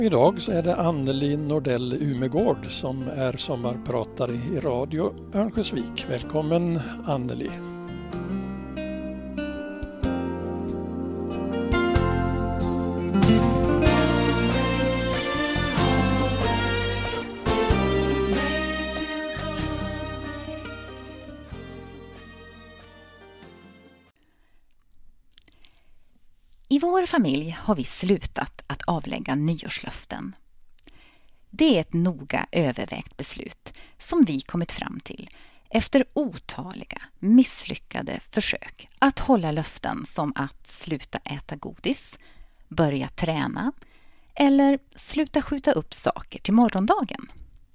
Idag så är det Anneli Nordell Umegård som är sommarpratare i Radio Örnsköldsvik. Välkommen Anneli. I vår familj har vi slutat att avlägga nyårslöften. Det är ett noga övervägt beslut som vi kommit fram till efter otaliga misslyckade försök att hålla löften som att sluta äta godis, börja träna eller sluta skjuta upp saker till morgondagen.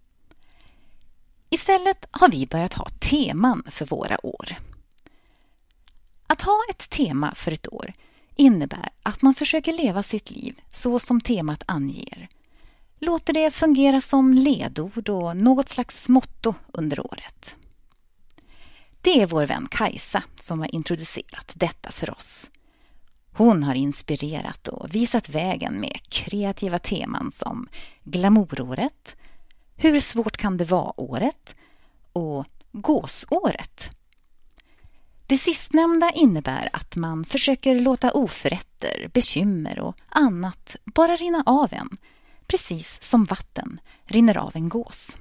Istället har vi börjat ha teman för våra år. Att ha ett tema för ett år innebär att man försöker leva sitt liv så som temat anger. Låter det fungera som ledord och något slags motto under året. Det är vår vän Kajsa som har introducerat detta för oss. Hon har inspirerat och visat vägen med kreativa teman som glamouråret, hur svårt kan det vara året och gåsåret. Det sistnämnda innebär att man försöker låta oförrätter, bekymmer och annat bara rinna av en, precis som vatten rinner av en gås.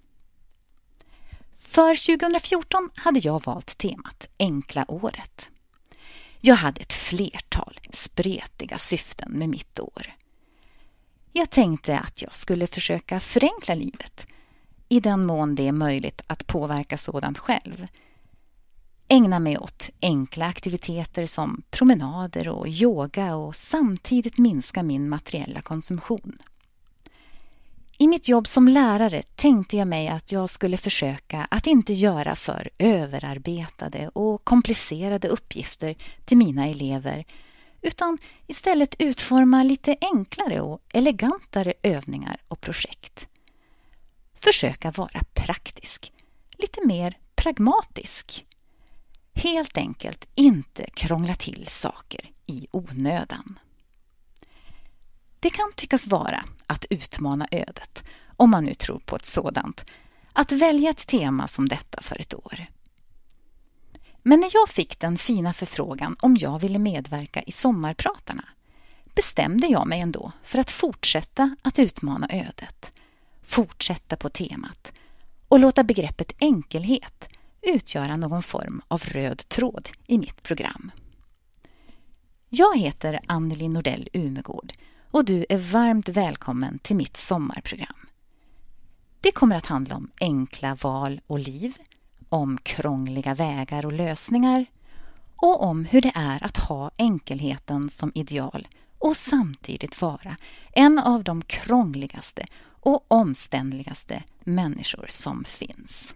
För 2014 hade jag valt temat Enkla året. Jag hade ett flertal spretiga syften med mitt år. Jag tänkte att jag skulle försöka förenkla livet, i den mån det är möjligt att påverka sådant själv. Ägna mig åt enkla aktiviteter som promenader och yoga och samtidigt minska min materiella konsumtion. I mitt jobb som lärare tänkte jag mig att jag skulle försöka att inte göra för överarbetade och komplicerade uppgifter till mina elever, utan istället utforma lite enklare och elegantare övningar och projekt. Försöka vara praktisk, lite mer pragmatisk. Helt enkelt inte krångla till saker i onödan. Det kan tyckas vara att utmana ödet, om man nu tror på ett sådant, att välja ett tema som detta för ett år. Men när jag fick den fina förfrågan om jag ville medverka i sommarpratarna, bestämde jag mig ändå för att fortsätta att utmana ödet, fortsätta på temat och låta begreppet enkelhet utgöra någon form av röd tråd i mitt program. Jag heter Anneli Nordell Umegård och du är varmt välkommen till mitt sommarprogram. Det kommer att handla om enkla val och liv, om krångliga vägar och lösningar och om hur det är att ha enkelheten som ideal och samtidigt vara en av de krångligaste och omständligaste människor som finns.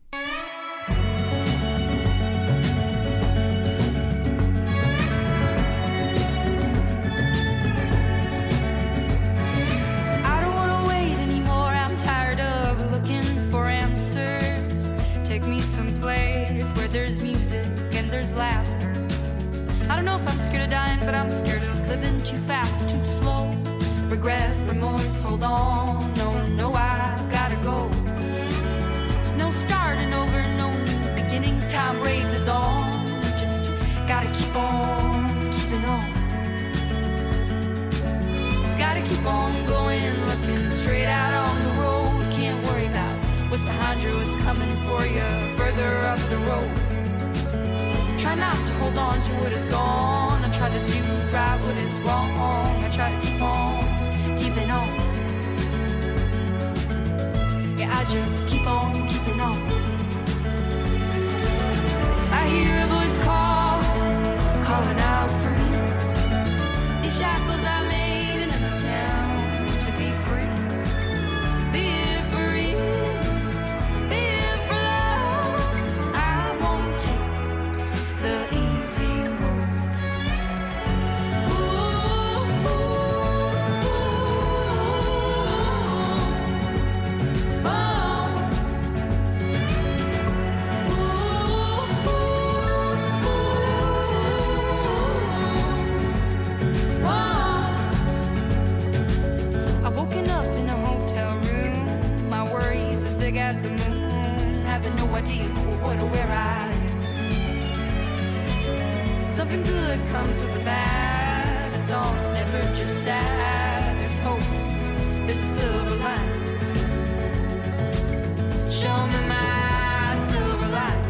There's music and there's laughter. I don't know if I'm scared of dying, but I'm scared of living too fast, too slow. Regret, remorse, hold on. No, I've gotta go. There's no starting over, no new beginnings. Time raises on. Just gotta keep on keeping on. Gotta keep on going, looking straight out on the road. Can't worry about what's behind you, what's coming for you further up the road. Try not to hold on to what is gone. I try to do right what is wrong. I try to keep on keeping on. Yeah, I just keep on keeping on. I hear a voice calling out for me. These shackles I made in a town to be free. Be it for ease, be it for love. I won't take the easy road. Ooh, ooh, ooh, ooh. Oh. as the moon, having no idea what or where I am. Something good comes with the bad. A song's never just sad. There's hope, there's a silver line. Show me my silver line.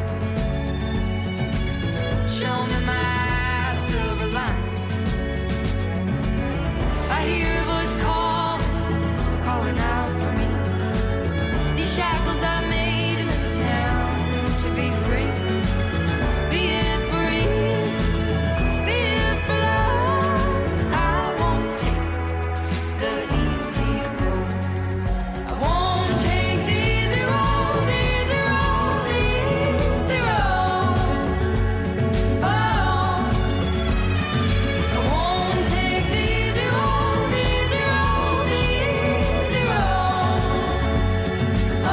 Show me my silver line. I hear a voice calling out for me. These shackles I made in the town to be free. Be it for ease, be it for love. I won't take the easy road. I won't take the easy road, the easy road, the easy road. Oh, I won't take the easy road, the easy road, the easy road. Oh,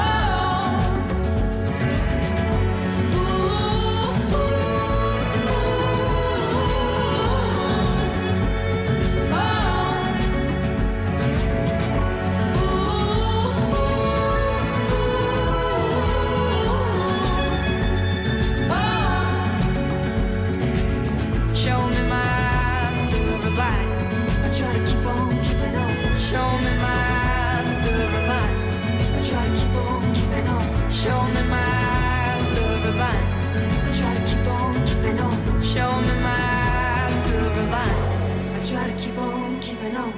show me my silver line. I try to keep on keeping on. Show me my silver line. I try to keep on keeping on. Show me my silver line. I try to keep on keeping on. Show me my silver line. I try to keep on keeping on.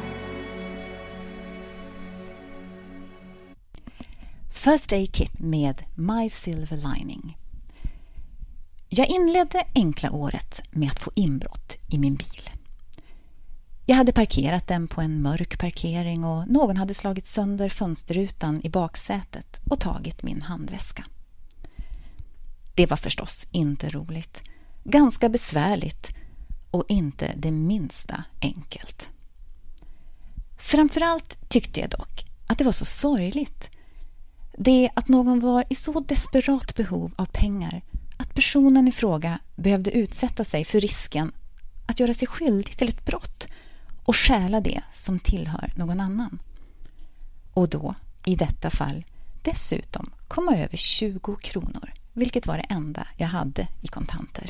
First Aid Kit med My Silver Lining. Jag inledde enkla året med att få inbrott i min bil. Jag hade parkerat den på en mörk parkering och någon hade slagit sönder fönsterrutan i baksätet och tagit min handväska. Det var förstås inte roligt, ganska besvärligt och inte det minsta enkelt. Framförallt tyckte jag dock att det var så sorgligt. Det att någon var i så desperat behov av pengar att personen i fråga behövde utsätta sig för risken att göra sig skyldig till ett brott och stjäla det som tillhör någon annan. Och då, i detta fall, dessutom komma över 20 kronor, vilket var det enda jag hade i kontanter.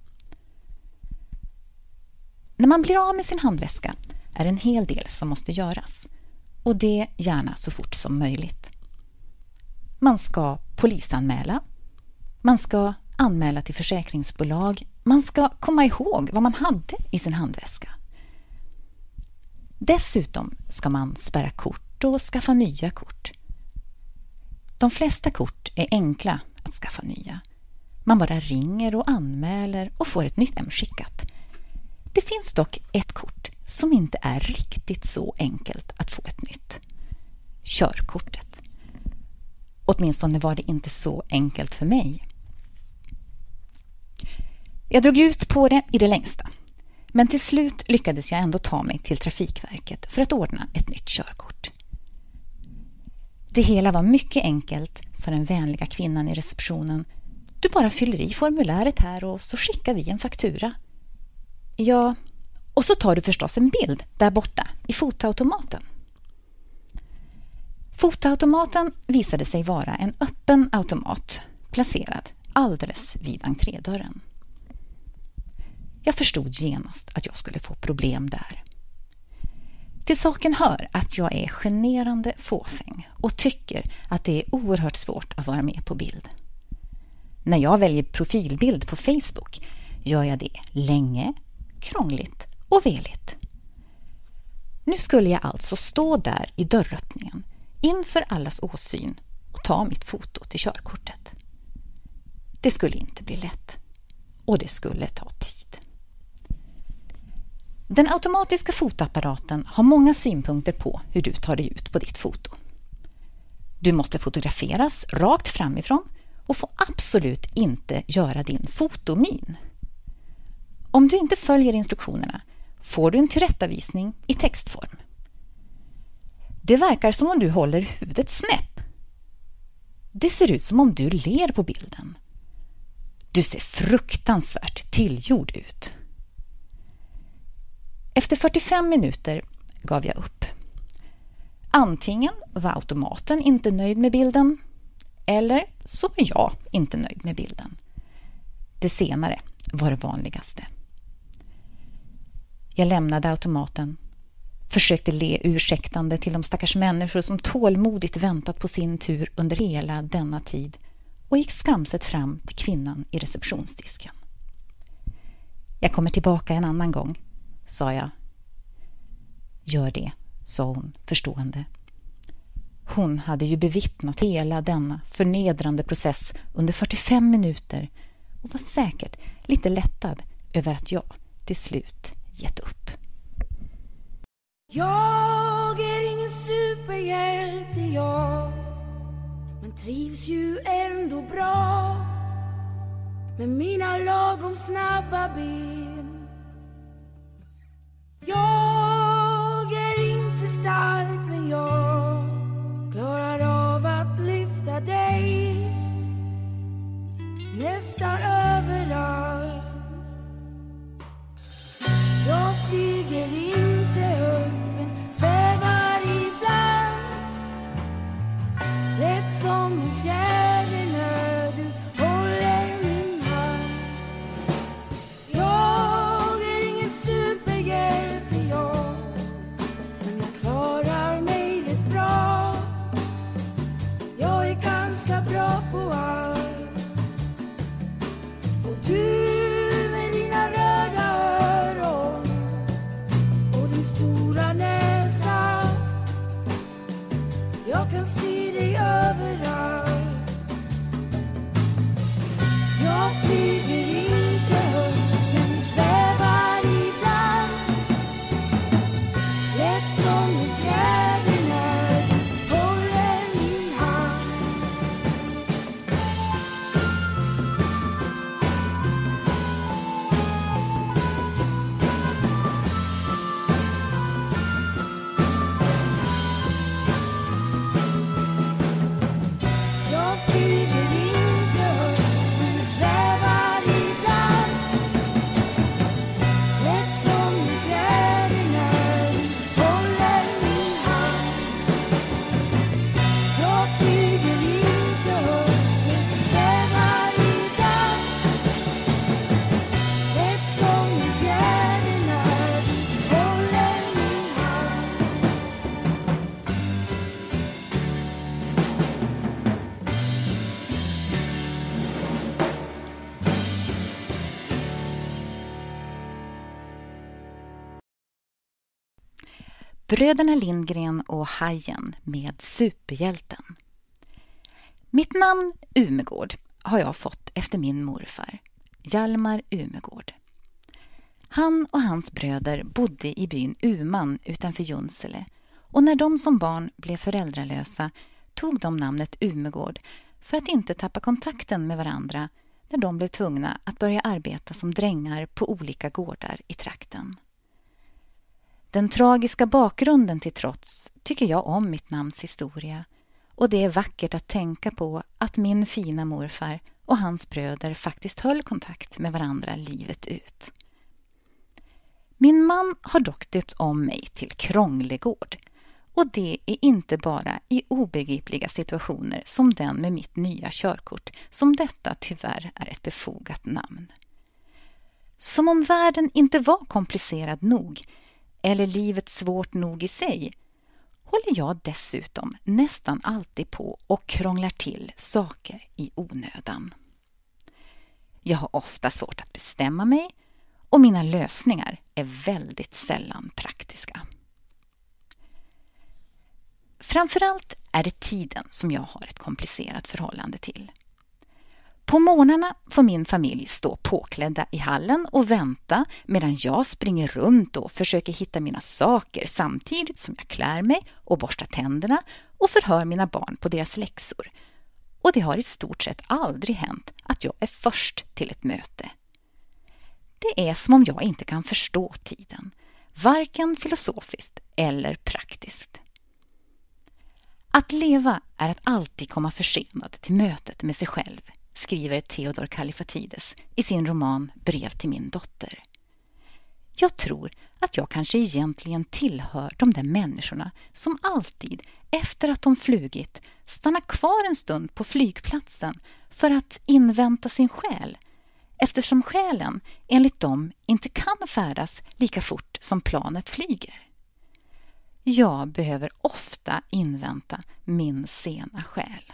När man blir av med sin handväska är en hel del som måste göras, och det gärna så fort som möjligt. Man ska polisanmäla, man ska anmäla till försäkringsbolag, man ska komma ihåg vad man hade i sin handväska. Dessutom ska man spärra kort och skaffa nya kort. De flesta kort är enkla att skaffa nya. Man bara ringer och anmäler och får ett nytt hemskickat. Det finns dock ett kort som inte är riktigt så enkelt att få ett nytt. Körkortet. Åtminstone var det inte så enkelt för mig. Jag drog ut på det i det längsta. Men till slut lyckades jag ändå ta mig till Trafikverket för att ordna ett nytt körkort. Det hela var mycket enkelt, sa den vänliga kvinnan i receptionen. Du bara fyller i formuläret här och så skickar vi en faktura. Ja, och så tar du förstås en bild där borta i fotoautomaten. Fotoautomaten visade sig vara en öppen automat placerad alldeles vid entrédörren. Jag förstod genast att jag skulle få problem där. Till saken hör att jag är generande fåfäng och tycker att det är oerhört svårt att vara med på bild. När jag väljer profilbild på Facebook gör jag det länge, krångligt och veligt. Nu skulle jag alltså stå där i dörröppningen inför allas åsyn och ta mitt foto till körkortet. Det skulle inte bli lätt och det skulle ta tid. Den automatiska fotoapparaten har många synpunkter på hur du tar dig ut på ditt foto. Du måste fotograferas rakt framifrån och får absolut inte göra din fotomin. Om du inte följer instruktionerna får du en tillrättavisning i textform. Det verkar som om du håller huvudet snett. Det ser ut som om du ler på bilden. Du ser fruktansvärt tillgjord ut. Efter 45 minuter gav jag upp. Antingen var automaten inte nöjd med bilden, eller så var jag inte nöjd med bilden. Det senare var det vanligaste. Jag lämnade automaten, försökte le ursäktande till de stackars människor som tålmodigt väntat på sin tur under hela denna tid och gick skamset fram till kvinnan i receptionsdisken. Jag kommer tillbaka en annan gång, sa jag. Gör det, sa hon förstående. Hon hade ju bevittnat hela denna förnedrande process under 45 minuter och var säkert lite lättad över att jag till slut gett upp. Jag är ingen superhjälte, jag, men trivs ju ändå bra med mina lagom snabba ben. Jag är inte stark, men jag klarar av att lyfta dig nästan överallt. Jag flyger inte högt, men svävar ibland, lätt som en fjäril när du håller min hand. Jag är ingen superhjälte, jag, men jag klarar mig rätt bra. Jag är ganska bra på allt. Och du med dina röda öron och din stora näsa, jag kan se dig överallt. Jag flyger inte högt, men svävar ibland, lätt som en fjäril när du håller min hand. Jag flyger inte högt, men svävar ibland, lätt som en fjäril när du håller min hand. Jag flyger inte högt, men svävar ibland, lätt som en fjäril när du håller min hand. Bröderna Lindgren och Hajen med Superhjälten. Mitt namn Umegård har jag fått efter min morfar, Hjalmar Umegård. Han och hans bröder bodde i byn Uman utanför Junsele, och när de som barn blev föräldralösa tog de namnet Umegård för att inte tappa kontakten med varandra när de blev tvungna att börja arbeta som drängar på olika gårdar i trakten. Den tragiska bakgrunden till trots tycker jag om mitt namns historia, och det är vackert att tänka på att min fina morfar och hans bröder faktiskt höll kontakt med varandra livet ut. Min man har dock döpt om mig till Krånglegård, och det är inte bara i obegripliga situationer som den med mitt nya körkort som detta tyvärr är ett befogat namn. Som om världen inte var komplicerad nog eller livet svårt nog i sig, håller jag dessutom nästan alltid på och krånglar till saker i onödan. Jag har ofta svårt att bestämma mig, och mina lösningar är väldigt sällan praktiska. Framförallt är det tiden som jag har ett komplicerat förhållande till. På morgnarna får min familj stå påklädda i hallen och vänta medan jag springer runt och försöker hitta mina saker samtidigt som jag klär mig och borstar tänderna och förhör mina barn på deras läxor. Och det har i stort sett aldrig hänt att jag är först till ett möte. Det är som om jag inte kan förstå tiden, varken filosofiskt eller praktiskt. Att leva är att alltid komma försenad till mötet med sig själv, skriver Theodor Kallifatides i sin roman Brev till min dotter. Jag tror att jag kanske egentligen tillhör de där människorna som alltid, efter att de flugit, stanna kvar en stund på flygplatsen för att invänta sin själ, eftersom själen enligt dem inte kan färdas lika fort som planet flyger. Jag behöver ofta invänta min sena själ.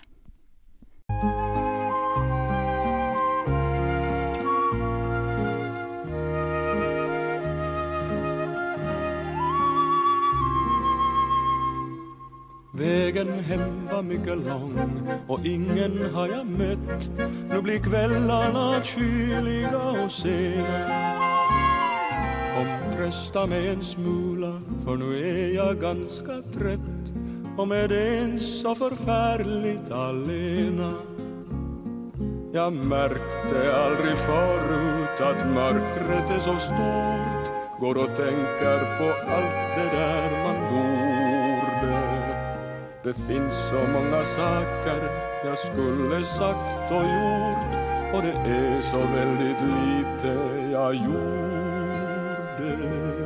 Vägen hem var mycket lång och ingen har jag mött. Nu blir kvällarna kyliga och sena. Kom, trösta mig en smula, för nu är jag ganska trött och med en så förfärligt alena. Jag märkte aldrig förut att mörkret är så stort. Går och tänker på allt det där man borde. Det finns så många saker jag skulle sagt och gjort, och det är så väldigt lite jag gjorde.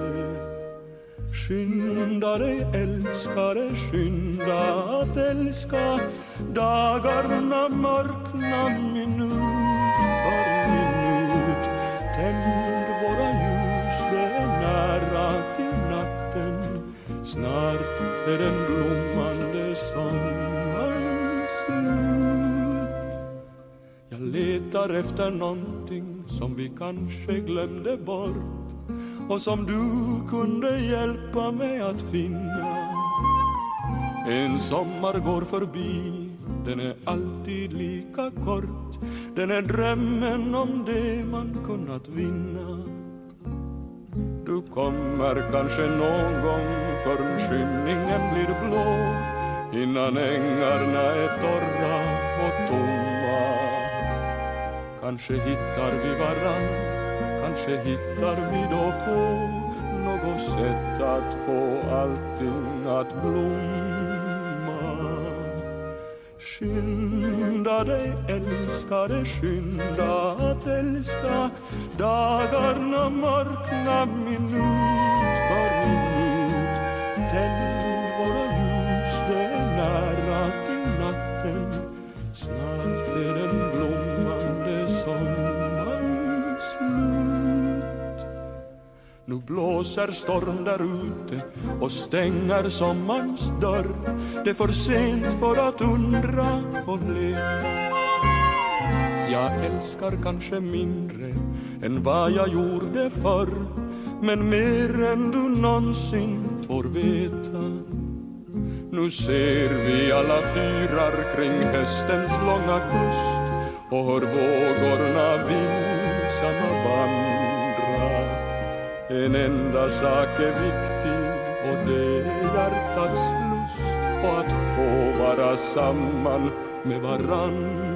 Skynda dig älskare, skynda att älska. Dagarna mörkna minut för minut. Tänd våra ljus, det är nära till natten. Snart är den blommande sommaren slut. Jag letar efter någonting som vi kanske glömde bort och som du kunde hjälpa mig att finna. En sommar går förbi, den är alltid lika kort. Den är drömmen om det man kunnat vinna. Du kommer kanske någon gång förrän skymningen blir blå, innan ängarna är torra och tomma. Kanske hittar vi varann, kanske hittar vi då på något sätt att få allting att blomma. Skynda dig älskare, skynda att älska. Dagarna mörkna minut för minut. Tänd våra ljus, det är nära till natten. Snart är den blommande sommaren slut. Nu blåser storm där ute och stänger sommarens dörr. Det är för sent för att undra och leta. Jag älskar kanske mindre än vad jag gjorde förr, men mer än du någonsin får veta. Nu ser vi alla fyrar kring höstens långa kust och hör vågorna vilsamma vandra. En enda sak är viktig, och det är hjärtats lust och att få vara samman med varandra.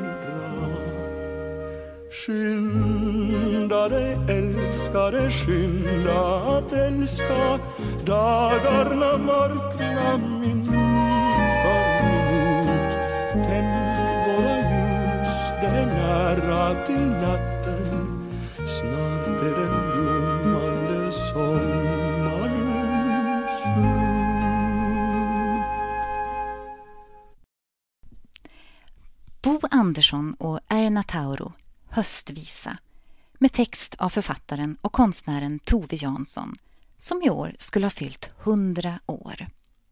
Skynda dig älskare, skynda att älska. Dagarna mörkna minut för minut. Tänd våra ljus, det är nära till natten. Snart är den blommande sommaren slut. Bo Andersson och Erna Tauro, Höstvisa, med text av författaren och konstnären Tove Jansson, som i år skulle ha fyllt 100 år.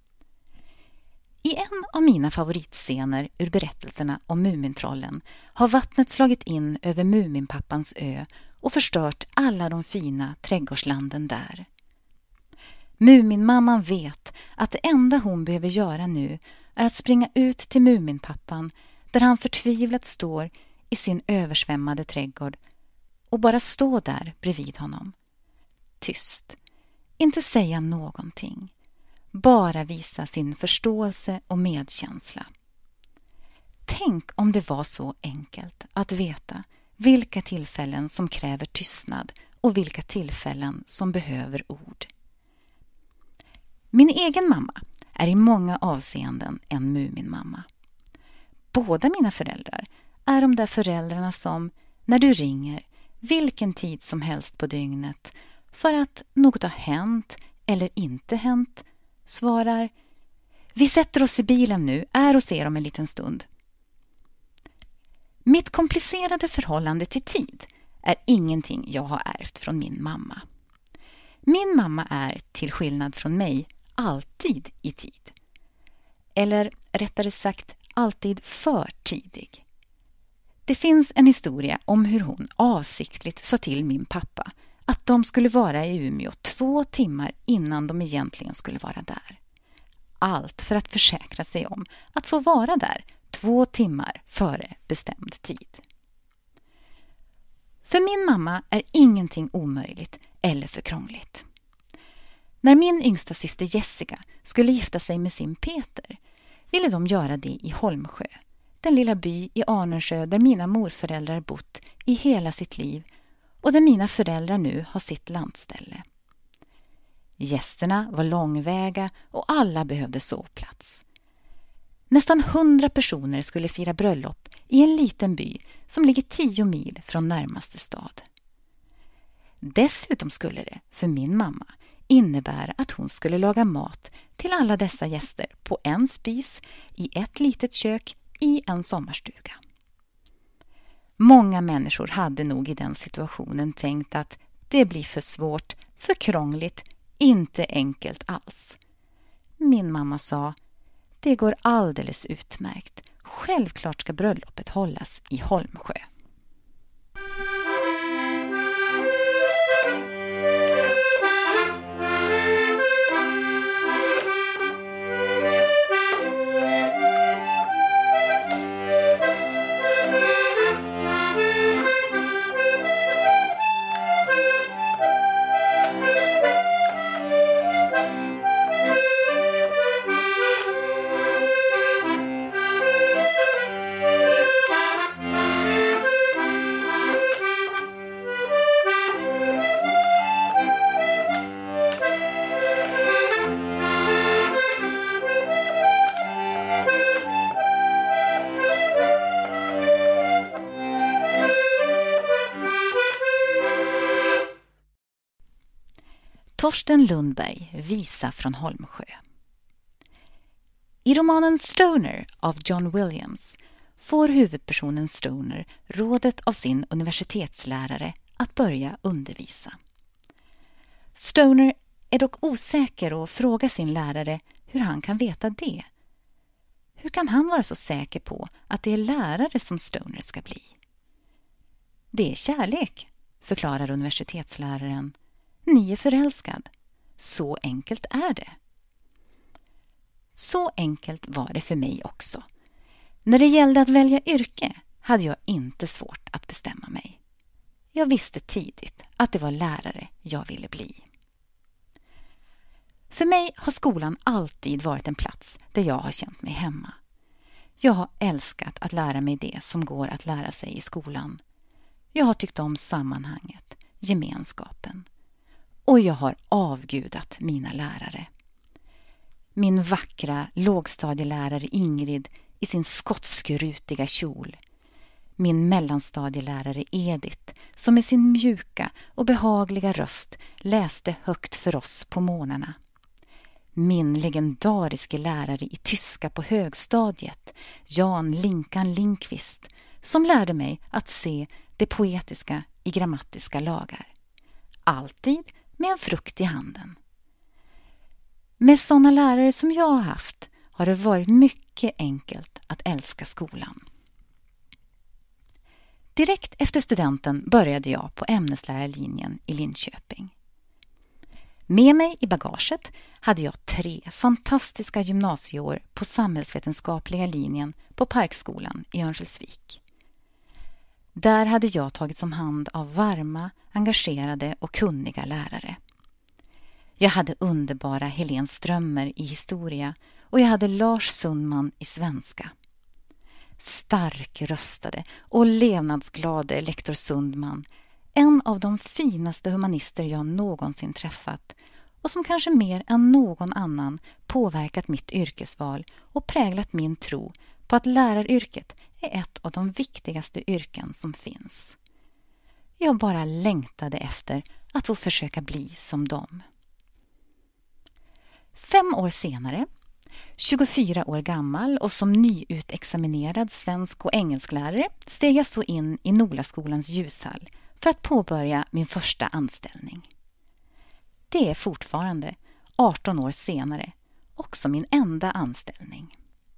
I en av mina favoritscener ur berättelserna om Mumintrollen har vattnet slagit in över Muminpappans ö och förstört alla de fina trädgårdslanden där. Muminmamman vet att det enda hon behöver göra nu är att springa ut till Muminpappan där han förtvivlat står i sin översvämmade trädgård, och bara stå där bredvid honom. Tyst, inte säga någonting, bara visa sin förståelse och medkänsla. Tänk om det var så enkelt att veta vilka tillfällen som kräver tystnad och vilka tillfällen som behöver ord. Min egen mamma är i många avseenden en Muminmamma. Båda mina föräldrar är de där föräldrarna som, när du ringer vilken tid som helst på dygnet för att något har hänt eller inte hänt, svarar: Vi sätter oss i bilen nu, är hos er om en liten stund. Mitt komplicerade förhållande till tid är ingenting jag har ärvt från min mamma. Min mamma är, till skillnad från mig, alltid i tid. Eller rättare sagt, alltid för tidig. Det finns en historia om hur hon avsiktligt sa till min pappa att de skulle vara i Umeå 2 timmar innan de egentligen skulle vara där. Allt för att försäkra sig om att få vara där 2 timmar före bestämd tid. För min mamma är ingenting omöjligt eller för krångligt. När min yngsta syster Jessica skulle gifta sig med sin Peter ville de göra det i Holmsjö, den lilla by i Arnösjö där mina morföräldrar bott i hela sitt liv och där mina föräldrar nu har sitt landställe. Gästerna var långväga och alla behövde sovplats. Nästan 100 personer skulle fira bröllop i en liten by som ligger 10 mil från närmaste stad. Dessutom skulle det, för min mamma, innebära att hon skulle laga mat till alla dessa gäster på en spis i ett litet kök i en sommarstuga. Många människor hade nog i den situationen tänkt att det blir för svårt, för krångligt, inte enkelt alls. Min mamma sa: det går alldeles utmärkt. Självklart ska bröllopet hållas i Holmsjö. Torsten Lundberg, Visa från Holmsjö. I romanen Stoner av John Williams får huvudpersonen Stoner rådet av sin universitetslärare att börja undervisa. Stoner är dock osäker och frågar sin lärare hur han kan veta det. Hur kan han vara så säker på att det är lärare som Stoner ska bli? Det är kärlek, förklarar universitetsläraren. Ni är förälskad. Så enkelt är det. Så enkelt var det för mig också. När det gällde att välja yrke hade jag inte svårt att bestämma mig. Jag visste tidigt att det var lärare jag ville bli. För mig har skolan alltid varit en plats där jag har känt mig hemma. Jag har älskat att lära mig det som går att lära sig i skolan. Jag har tyckt om sammanhanget, gemenskapen. Och jag har avgudat mina lärare. Min vackra lågstadielärare Ingrid i sin skotskrutiga kjol. Min mellanstadielärare Edith som med sin mjuka och behagliga röst läste högt för oss på morgnarna. Min legendariske lärare i tyska på högstadiet, Jan Linkan Lindqvist, som lärde mig att se det poetiska i grammatiska lagar. Alltid med en frukt i handen. Med sådana lärare som jag har haft har det varit mycket enkelt att älska skolan. Direkt efter studenten började jag på ämneslärarlinjen i Linköping. Med mig i bagaget hade jag 3 fantastiska gymnasieår på samhällsvetenskapliga linjen på Parkskolan i Örnsköldsvik. Där hade jag tagits om hand av varma, engagerade och kunniga lärare. Jag hade underbara Helene Strömmer i historia och jag hade Lars Sundman i svenska. Starkröstade och levnadsglade lektor Sundman, en av de finaste humanister jag någonsin träffat och som kanske mer än någon annan påverkat mitt yrkesval och präglat min tro på att läraryrket är ett av de viktigaste yrken som finns. Jag bara längtade efter att få försöka bli som dem. 5 år senare 24 år gammal och som nyutexaminerad svensk- och engelsklärare steg jag så in i Nolaskolans ljushall för att påbörja min första anställning. Det är fortfarande, 18 år senare, också min enda anställning.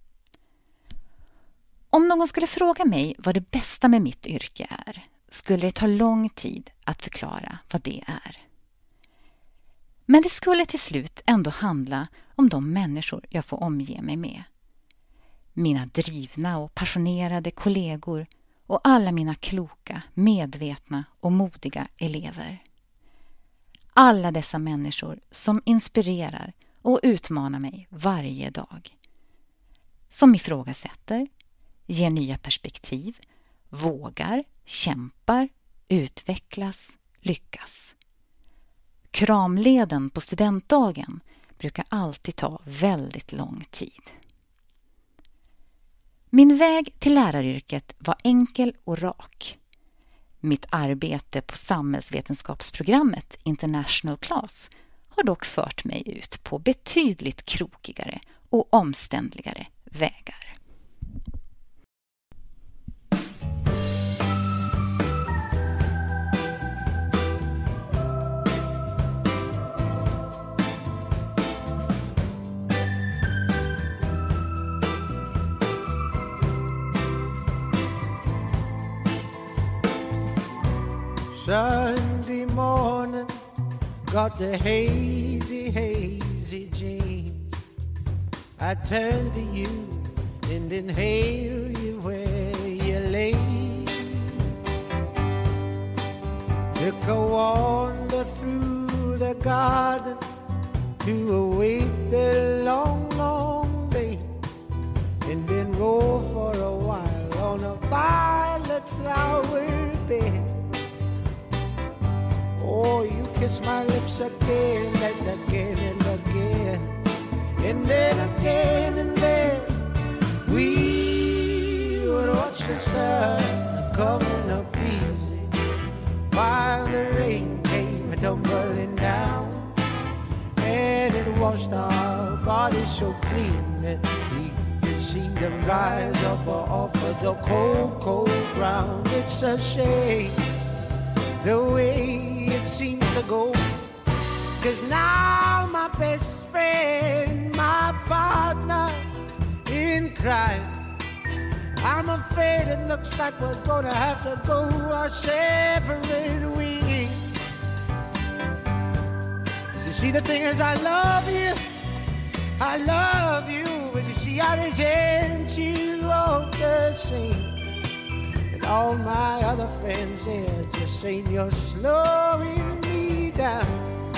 Om någon skulle fråga mig vad det bästa med mitt yrke är, skulle det ta lång tid att förklara vad det är. Men det skulle till slut ändå handla om de människor jag får omge mig med. Mina drivna och passionerade kollegor och alla mina kloka, medvetna och modiga elever. Alla dessa människor som inspirerar och utmanar mig varje dag. Som ifrågasätter, ger nya perspektiv, vågar, kämpar, utvecklas, lyckas. Kramleden på studentdagen brukar alltid ta väldigt lång tid. Min väg till läraryrket var enkel och rak. Mitt arbete på samhällsvetenskapsprogrammet International Class har dock fört mig ut på betydligt krokigare och omständligare vägar. Sunday morning, got the hazy, hazy dreams. I turn to you and inhale you where you lay. Took a wander through the garden to await the long, long day, and then roll for a while on a violet flower bed. Oh, you kiss my lips again and again and again, and then again and then. We would watch the sun coming up easy while the rain came tumbling down, and it washed our bodies so clean that we could see them rise up off of the cold, cold ground. It's a shame the way it seems to go, 'cause now my best friend, my partner in crime, I'm afraid it looks like we're gonna have to go our separate ways. You see, the thing is, I love you, but you see, I resent you all the same. All my other friends, they're just saying you're slowing me down.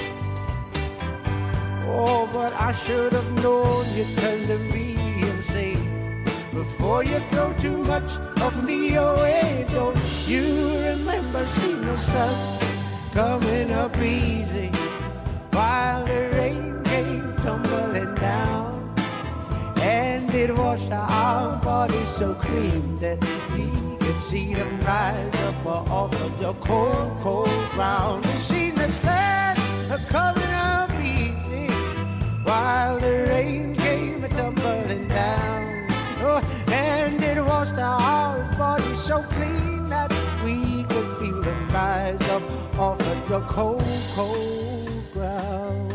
Oh, but I should have known you'd turn to me and say, before you throw too much of me away, don't you remember seeing the sun coming up easy while the rain came tumbling down, and it washed our bodies so clean that we could see them rise up off of the cold, cold ground. You seen the sun coming up easy while the rain came tumbling down. Oh, and it washed our bodies so clean that we could feel them rise up off of the cold, cold ground.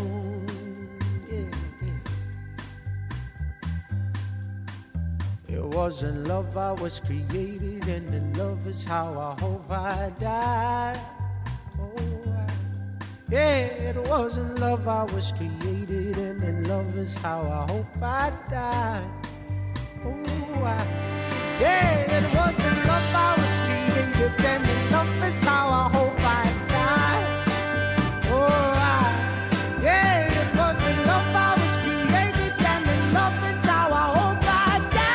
It wasn't love I was created, and then love is how I hope I die. Oh, yeah, it wasn't love I was created, and then love is how I hope I die. Oh, yeah, it wasn't love I was created, and then love is how I hope I die. Oh, yeah, it wasn't love I was created, and then love is how I hope I die.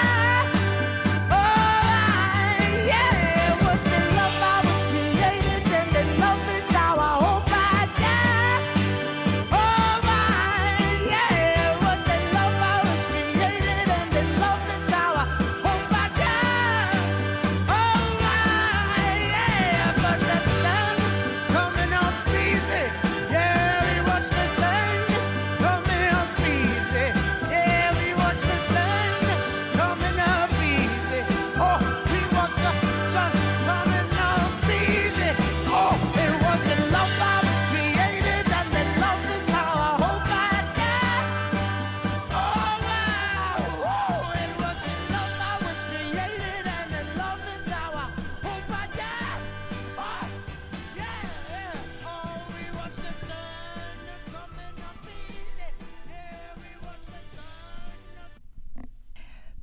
But the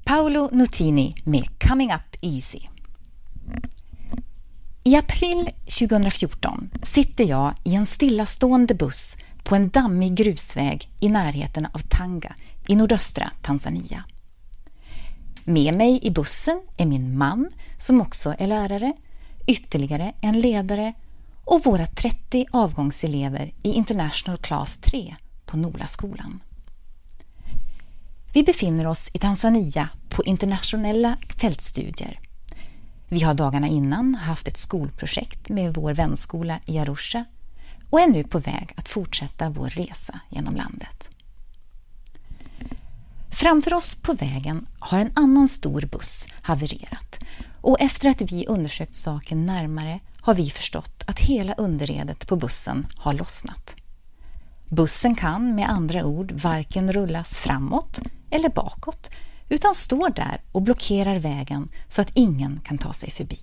Paolo Nutini med Coming Up Easy. I april 2014 sitter jag i en stillastående buss på en dammig grusväg i närheten av Tanga i nordöstra Tanzania. Med mig i bussen är min man som också är lärare, ytterligare en ledare och våra 30 avgångselever i International Class 3 på Nolaskolan. Vi befinner oss i Tanzania på internationella fältstudier. Vi har dagarna innan haft ett skolprojekt med vår vänskola i Arusha och är nu på väg att fortsätta vår resa genom landet. Framför oss på vägen har en annan stor buss havererat och efter att vi undersökt saken närmare har vi förstått att hela underredet på bussen har lossnat. Bussen kan med andra ord varken rullas framåt eller bakåt utan står där och blockerar vägen så att ingen kan ta sig förbi.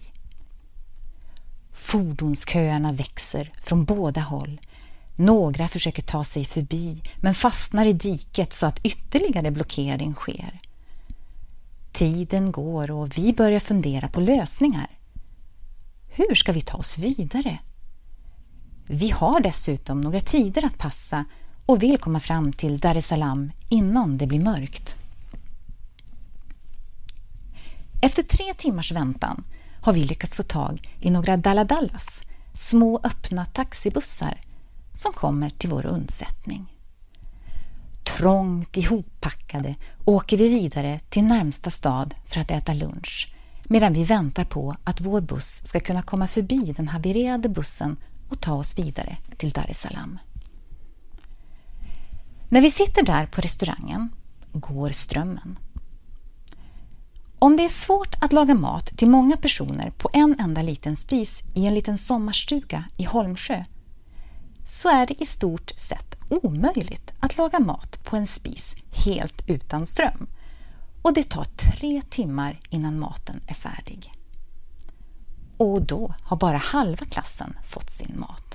Fordonsköerna växer från båda håll. Några försöker ta sig förbi men fastnar i diket så att ytterligare blockering sker. Tiden går och vi börjar fundera på lösningar. Hur ska vi ta oss vidare? Vi har dessutom några tider att passa och vill komma fram till Dar es Salaam innan det blir mörkt. Efter 3 timmars väntan har vi lyckats få tag i några daladallas, små öppna taxibussar som kommer till vår undsättning. Trångt ihoppackade åker vi vidare till närmsta stad för att äta lunch medan vi väntar på att vår buss ska kunna komma förbi den havererade bussen och ta oss vidare till Dar es Salaam. När vi sitter där på restaurangen går strömmen. Om det är svårt att laga mat till många personer på en enda liten spis i en liten sommarstuga i Holmsjö så är det i stort sett omöjligt att laga mat på en spis helt utan ström. Och det tar 3 timmar innan maten är färdig. Och då har bara halva klassen fått sin mat.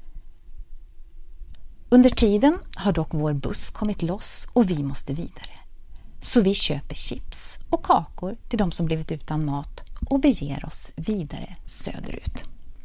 Under tiden har dock vår buss kommit loss och vi måste vidare. Så vi köper chips och kakor till de som blivit utan mat och beger oss vidare söderut.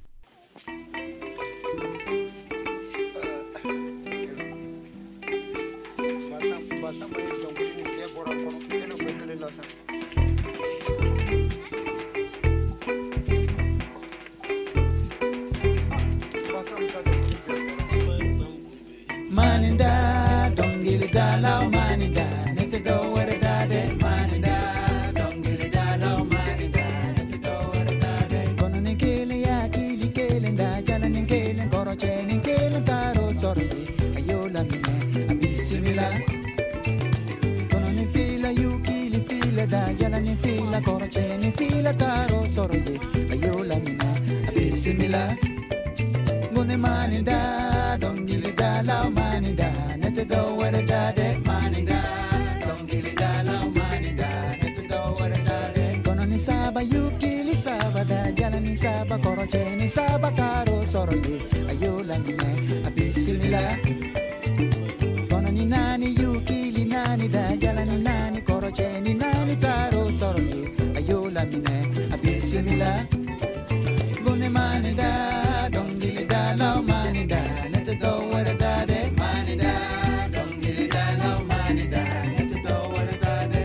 Maninda, dongili dala, maninda, nete do were dade, maninda, dongili dala, maninda, nete do were dade. Kono ninkele ya kili kele nda, jala ninkele koroche ninkele taro sorry, ayola mine, abisimila. Kono nifila yu kili fila da, jala nifila koroche nifila taro sorry, ayola mine, abisimila. Gune maninda, dongili dala, maninda, nete do were dade, maninda, dongili dala, maninda, nete do were dade. Kono ni saba yukili saba da, jala ni saba koroche ni saba taro soroli, ayola mine, abisimila. Kono ni nani yukili nani da, jala ni nani koroche ni nani taro soroli, ayola mine, abisimila. Gune maninda, dongili dala, maninda, nete do were dade, maninda, dongili dala, maninda, nete do were dade.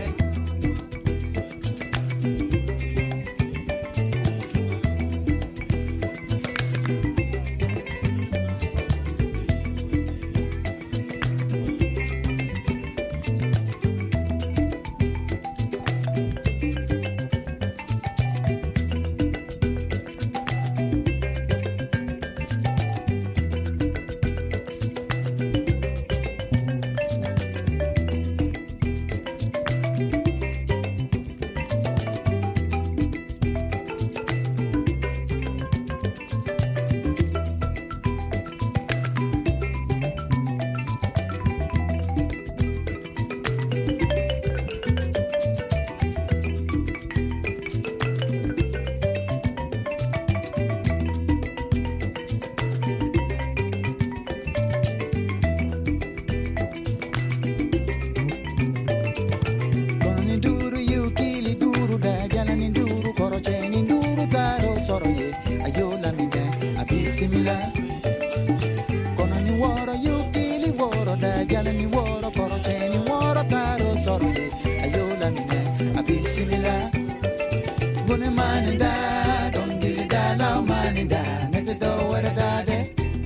ne maninda dongili dala maninda nete do wara dade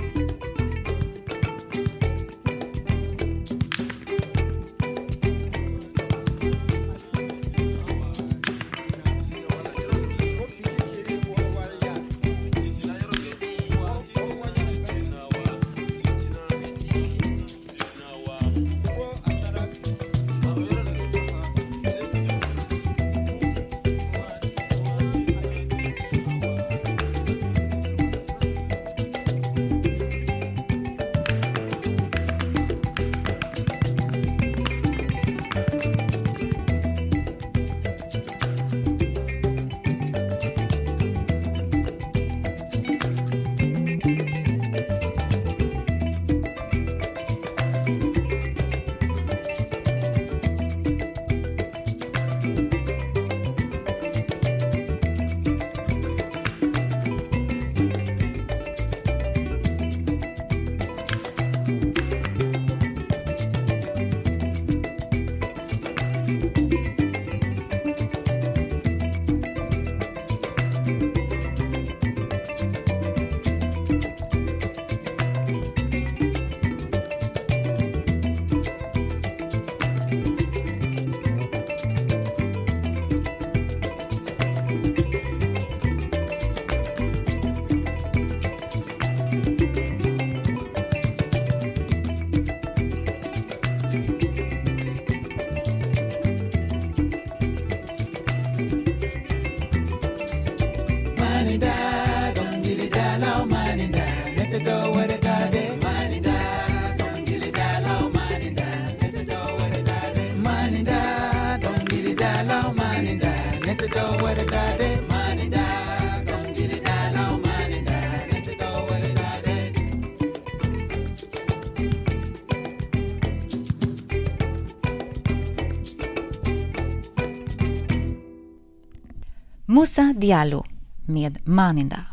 Moussa Diallo med Maninda.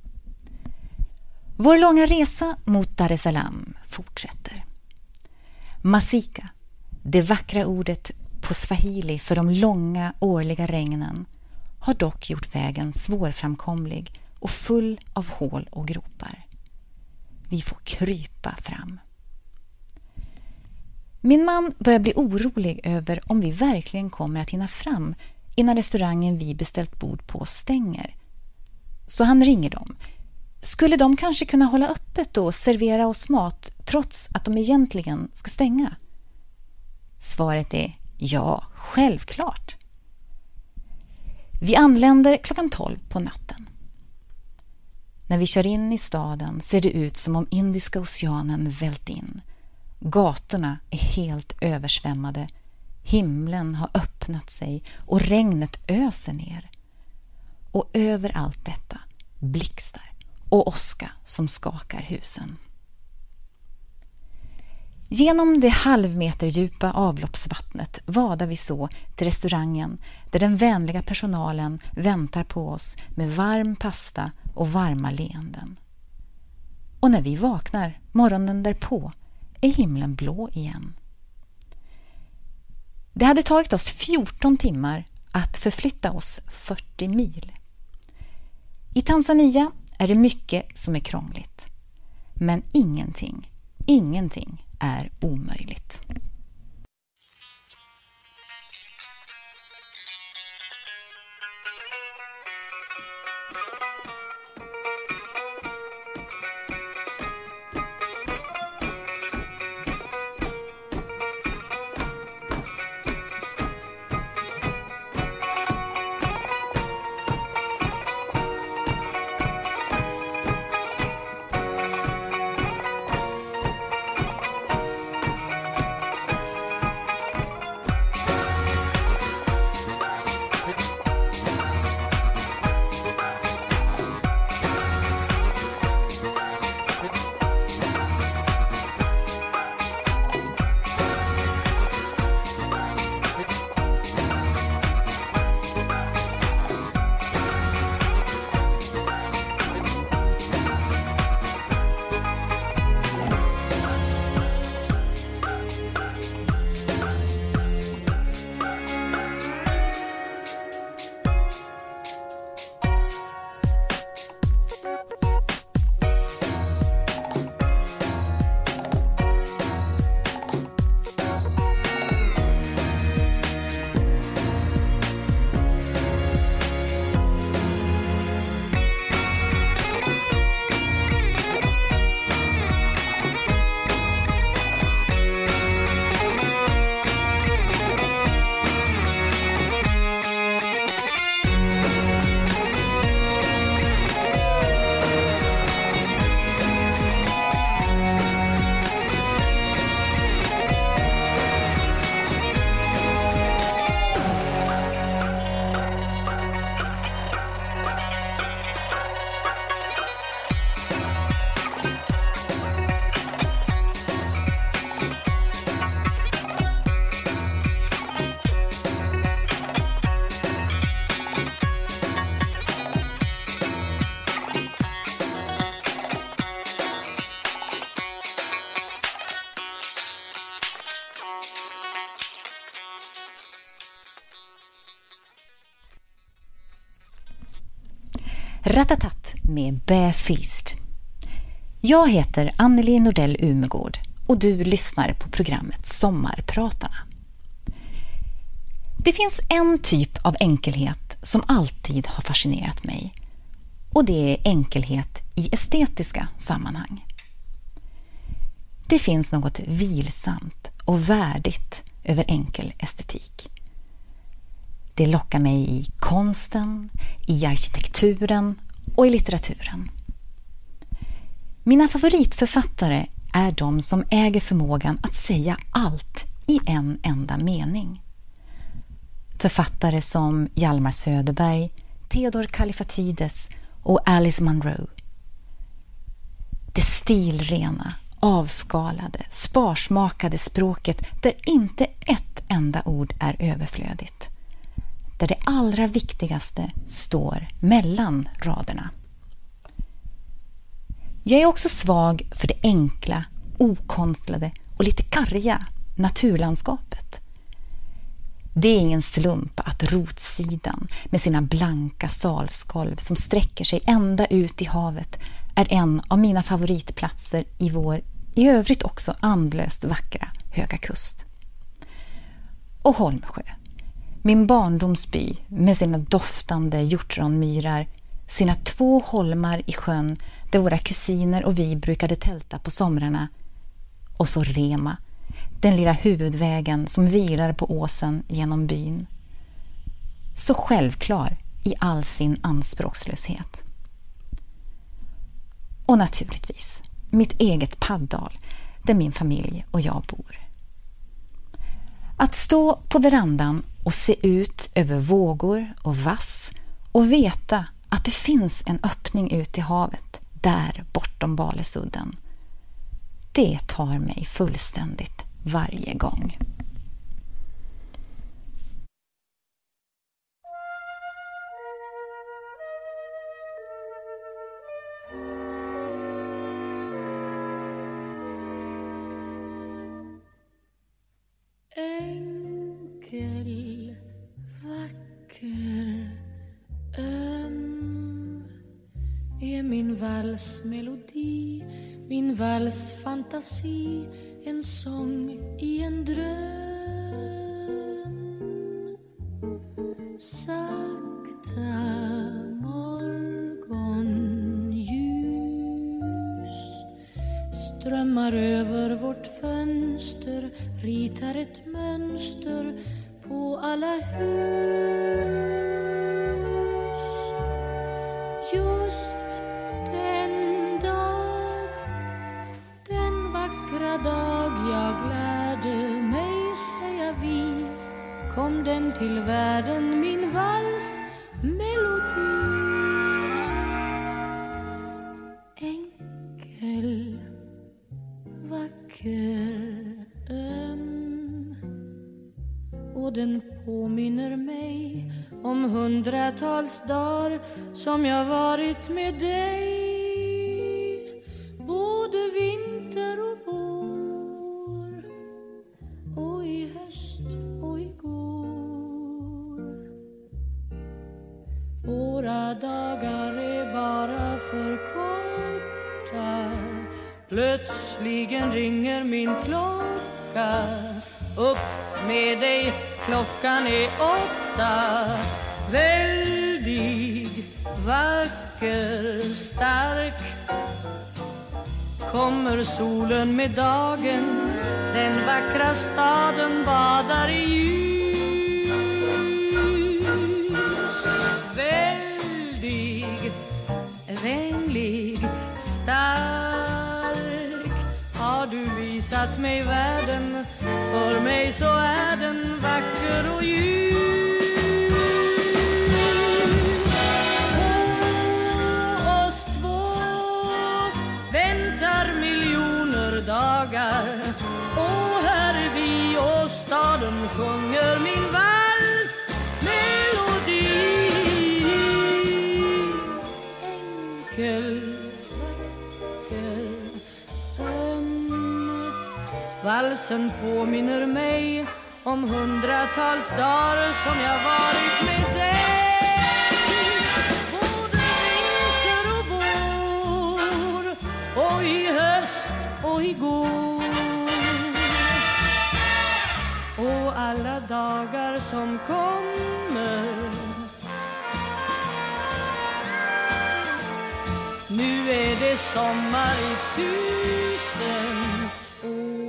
Vår långa resa mot Dar es Salaam fortsätter. Masika, det vackra ordet på swahili för de långa årliga regnen, har dock gjort vägen svårframkomlig och full av hål och gropar. Vi får krypa fram. Min man börjar bli orolig över om vi verkligen kommer att hinna fram innan restaurangen vi beställt bord på stänger. Så han ringer dem. Skulle de kanske kunna hålla öppet och servera oss mat trots att de egentligen ska stänga? Svaret är ja, självklart. Vi anländer 12:00 på natten. När vi kör in i staden ser det ut som om Indiska oceanen vält in. Gatorna är helt översvämmade. Himlen har öppnat sig och regnet öser ner. Och över allt detta blixtar och åska som skakar husen. Genom det halvmeterdjupa avloppsvattnet vadar vi så till restaurangen där den vänliga personalen väntar på oss med varm pasta och varma leenden. Och när vi vaknar morgonen därpå är himlen blå igen. Det hade tagit oss 14 timmar att förflytta oss 40 mil. I Tanzania är det mycket som är krångligt. Men ingenting är omöjligt. Ratatat med Bäfist. Jag heter Anneli Nordell Umegård och du lyssnar på programmet Sommarpratarna. Det finns en typ av enkelhet som alltid har fascinerat mig, och det är enkelhet i estetiska sammanhang. Det finns något vilsamt och värdigt över enkel estetik. Det lockar mig i konsten, i arkitekturen och i litteraturen. Mina favoritförfattare är de som äger förmågan att säga allt i en enda mening. Författare som Hjalmar Söderberg, Theodor Kallifatides och Alice Munro. Det stilrena, avskalade, sparsmakade språket där inte ett enda ord är överflödigt. Där det allra viktigaste står mellan raderna. Jag är också svag för det enkla, okonstlade och lite karga naturlandskapet. Det är ingen slump att Rotsidan med sina blanka salskolv som sträcker sig ända ut i havet är en av mina favoritplatser i vår i övrigt också andlöst vackra Höga kust. Och Holmsjö, min barndomsby med sina doftande hjortronmyrar, sina 2 holmar i sjön där våra kusiner och vi brukade tälta på somrarna, och så Rema, den lilla huvudvägen som vilar på åsen genom byn. Så självklar i all sin anspråkslöshet. Och naturligtvis mitt eget Paddal där min familj och jag bor. Att stå på verandan och se ut över vågor och vass och veta att det finns en öppning ut i havet där bortom Balesudden. Det tar mig fullständigt varje gång. Enkel, vacker, är min valsmelodi, min valsfantasi, en sång i en dröm. Sakta morgonljus strömmar över vårt fönster, ritar ett mönster på alla hus. Just den dag, den vackra dag jag lärde mig säga vi, kom den till världen, min valsmelodi. Enkel, vacker, och den påminner mig om hundratals dagar som jag varit med dig, både vinter och vår, och i höst och igår. Våra dagar är bara för korta, plötsligen ringer min klocka. Upp med dig, klockan är 8. Väldig, vacker, stark kommer solen med dagen, den vackra staden badar i ljus. Väldig, vänlig, stark har du visat mig världen, för mig så är den vacker och ljus. På oss två väntar miljoner dagar, och här är vi och staden sjunger min valsmelodi. Enkel, vacker, valsen påminner mig om hundratals dagar som jag varit med dig. Både Nu är det sommar i 1000 år.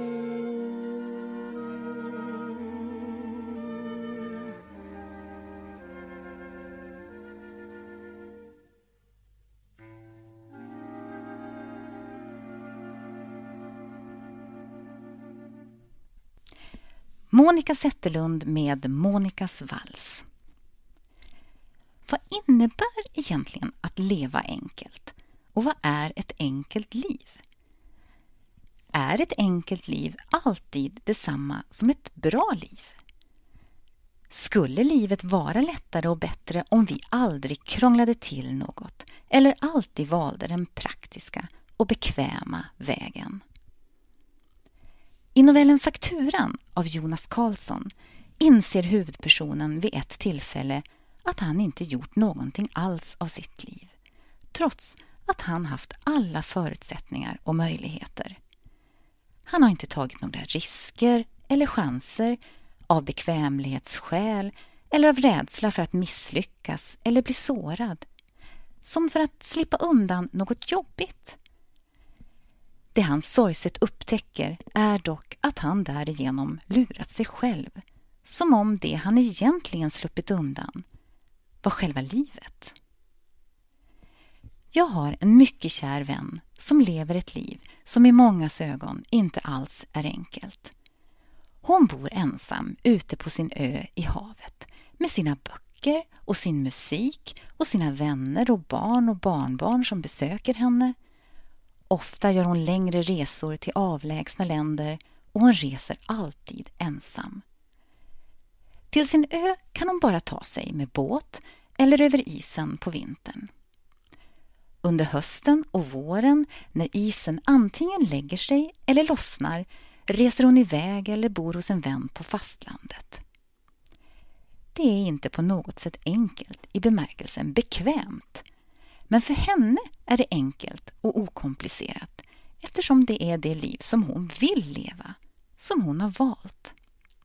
Monica Zetterlund med Monikas vals. Vad innebär egentligen att leva enkelt? Och vad är ett enkelt liv? Är ett enkelt liv alltid detsamma som ett bra liv? Skulle livet vara lättare och bättre om vi aldrig krånglade till något eller alltid valde den praktiska och bekväma vägen? I novellen Fakturan av Jonas Karlsson inser huvudpersonen vid ett tillfälle att han inte gjort någonting alls av sitt liv, trots att han haft alla förutsättningar och möjligheter. Han har inte tagit några risker eller chanser av bekvämlighetsskäl eller av rädsla för att misslyckas eller bli sårad, som för att slippa undan något jobbigt. Det han sorgset upptäcker är dock att han därigenom lurat sig själv, som om det han egentligen sluppit undan var själva livet. Jag har en mycket kär vän som lever ett liv som i mångas ögon inte alls är enkelt. Hon bor ensam ute på sin ö i havet med sina böcker och sin musik och sina vänner och barn och barnbarn som besöker henne. Ofta gör hon längre resor till avlägsna länder och hon reser alltid ensam. Till sin ö kan hon bara ta sig med båt eller över isen på vintern. Under hösten och våren, när isen antingen lägger sig eller lossnar, reser hon iväg eller bor hos en vän på fastlandet. Det är inte på något sätt enkelt i bemärkelsen bekvämt. Men för henne är det enkelt och okomplicerat eftersom det är det liv som hon vill leva, som hon har valt.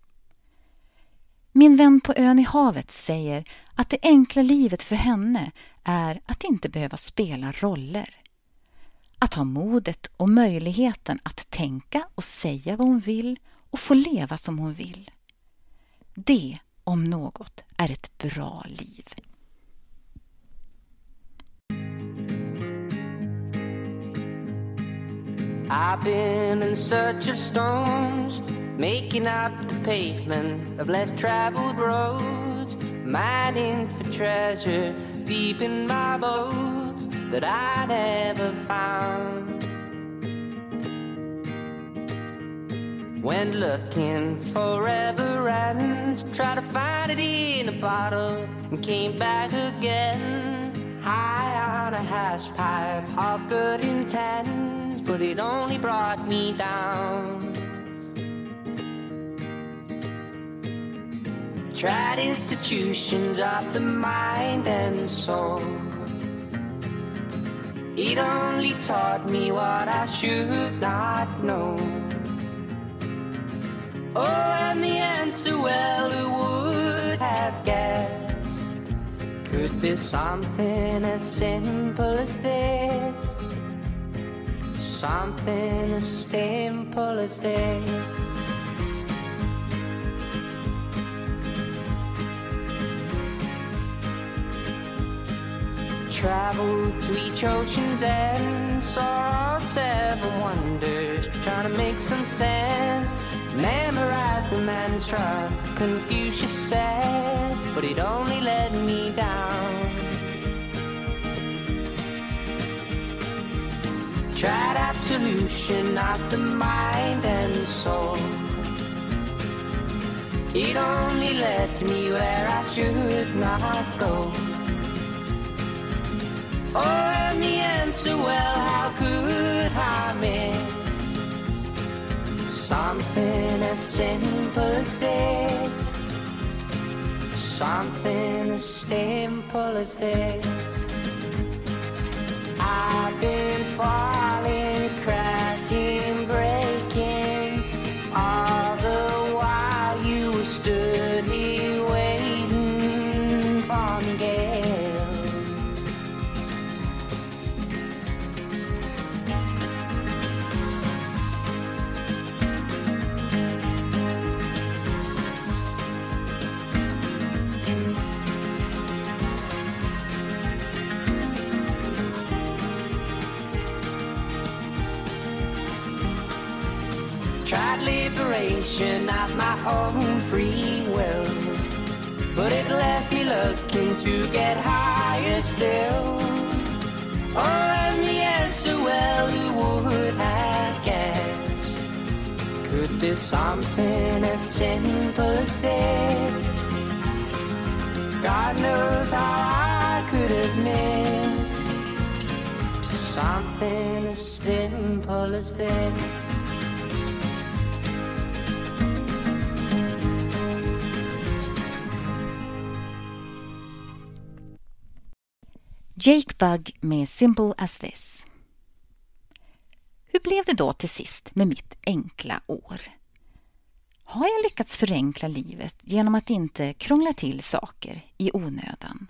Min vän på ön i havet säger att det enkla livet för henne är att inte behöva spela roller. Att ha modet och möjligheten att tänka och säga vad hon vill och få leva som hon vill. Det, om något, är ett bra liv. I've been in search of stones, making up the pavement of less traveled roads, mining for treasure deep in my bones that I never found. Went looking forever and tried to find it in a bottle and came back again, high on a hash pipe of good intent, but it only brought me down. Tried institutions of the mind and soul. It only taught me what I should not know. Oh, and the answer, well, who would have guessed? Could be something as simple as this. Something as simple as this. Traveled to each ocean's end, saw 7 wonders, trying to make some sense. Memorized the mantra Confucius said, but it only led me down. Tried absolution of the mind and soul. It only led me where I should not go. Oh, and the answer, well, how could I miss something as simple as this? Something as simple as this. I've been falling, crashing, breaking, all the while you stood here waiting for me, girl. creation, not my own free will. But it left me looking to get higher still. Oh, and the answer, well, who would have guessed? Could be something as simple as this. God knows how I could have missed something as simple as this. Jake Bugg med Simple as this. Hur blev det då till sist med mitt enkla år? Har jag lyckats förenkla livet genom att inte krångla till saker i onödan?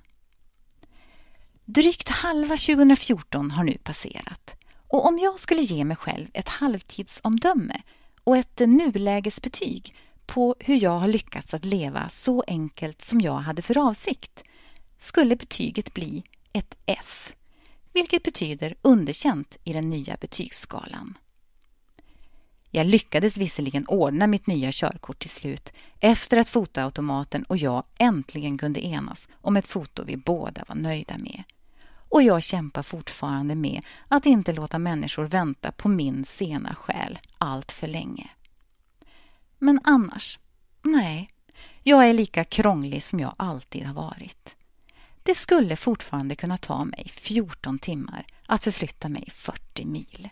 Drygt halva 2014 har nu passerat, och om jag skulle ge mig själv ett halvtidsomdöme och ett nulägesbetyg på hur jag har lyckats att leva så enkelt som jag hade för avsikt, skulle betyget bli ett F, vilket betyder underkänt i den nya betygsskalan. Jag lyckades visserligen ordna mitt nya körkort till slut efter att fotoautomaten och jag äntligen kunde enas om ett foto vi båda var nöjda med. Och jag kämpar fortfarande med att inte låta människor vänta på min sena själ allt för länge. Men annars, nej, jag är lika krånglig som jag alltid har varit. Det skulle fortfarande kunna ta mig 14 timmar att förflytta mig 40 mil.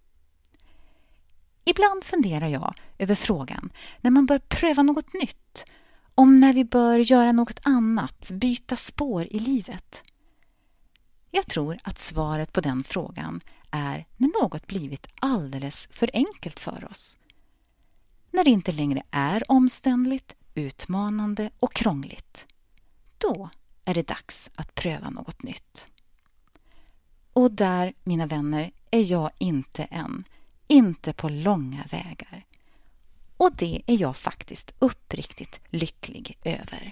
Ibland funderar jag över frågan när man bör pröva något nytt, om när vi bör göra något annat, byta spår i livet. Jag tror att svaret på den frågan är när något blivit alldeles för enkelt för oss. När det inte längre är omständligt, utmanande och krångligt. Då är det dags att pröva något nytt. Och där, mina vänner, är jag inte än. Inte på långa vägar. Och det är jag faktiskt uppriktigt lycklig över.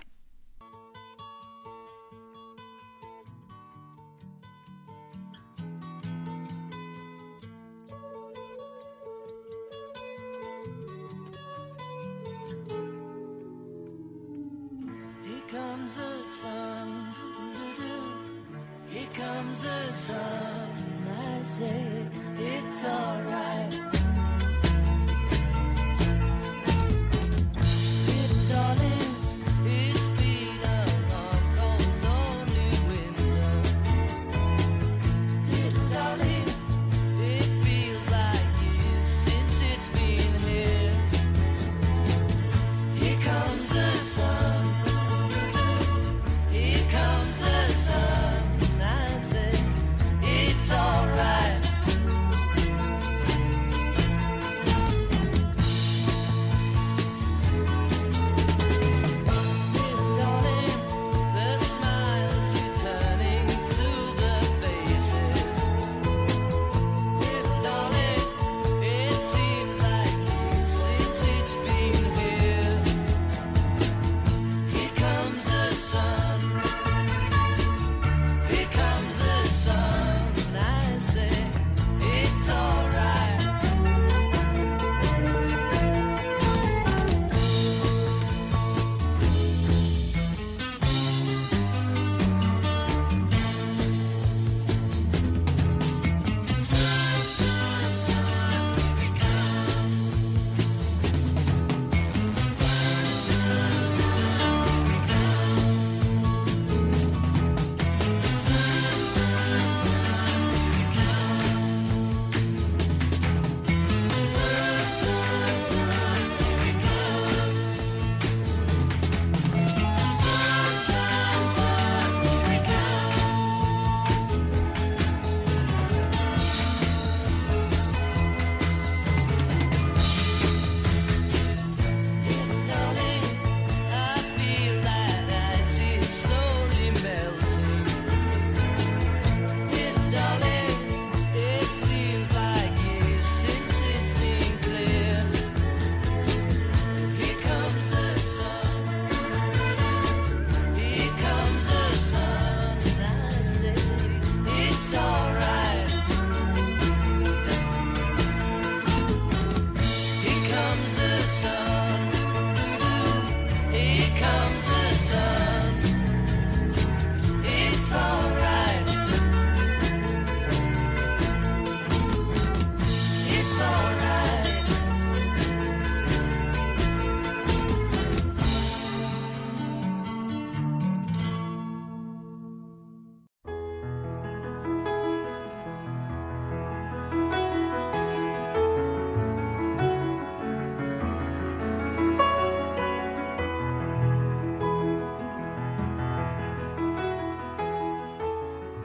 Here comes the sun, here comes the sun, I say it's all right. Little darling, it's been a long, cold, lonely winter. Little darling, it feels like years since it's been here. Here comes the sun, here comes the sun, I say it's all right.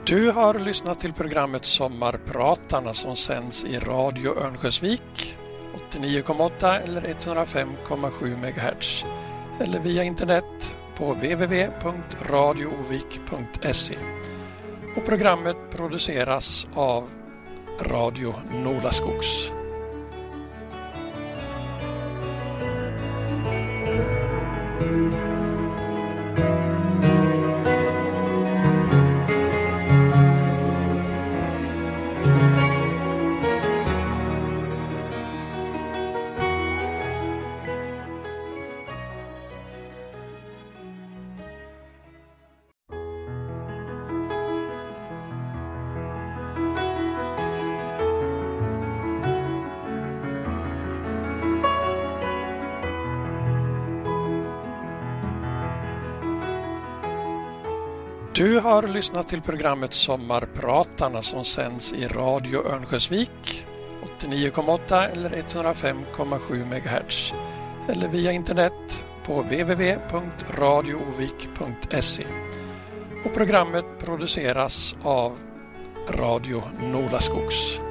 Du har lyssnat till programmet Sommarpratarna som sänds i Radio Örnsköldsvik 89,8 eller 105,7 MHz eller via internet på www.radioovik.se. Och programmet produceras av Radio Nolaskogs. Du har lyssnat till programmet Sommarpratarna som sänds i Radio Örnsköldsvik 89,8 eller 105,7 MHz eller via internet på www.radioovik.se. Och programmet produceras av Radio Nolaskogs.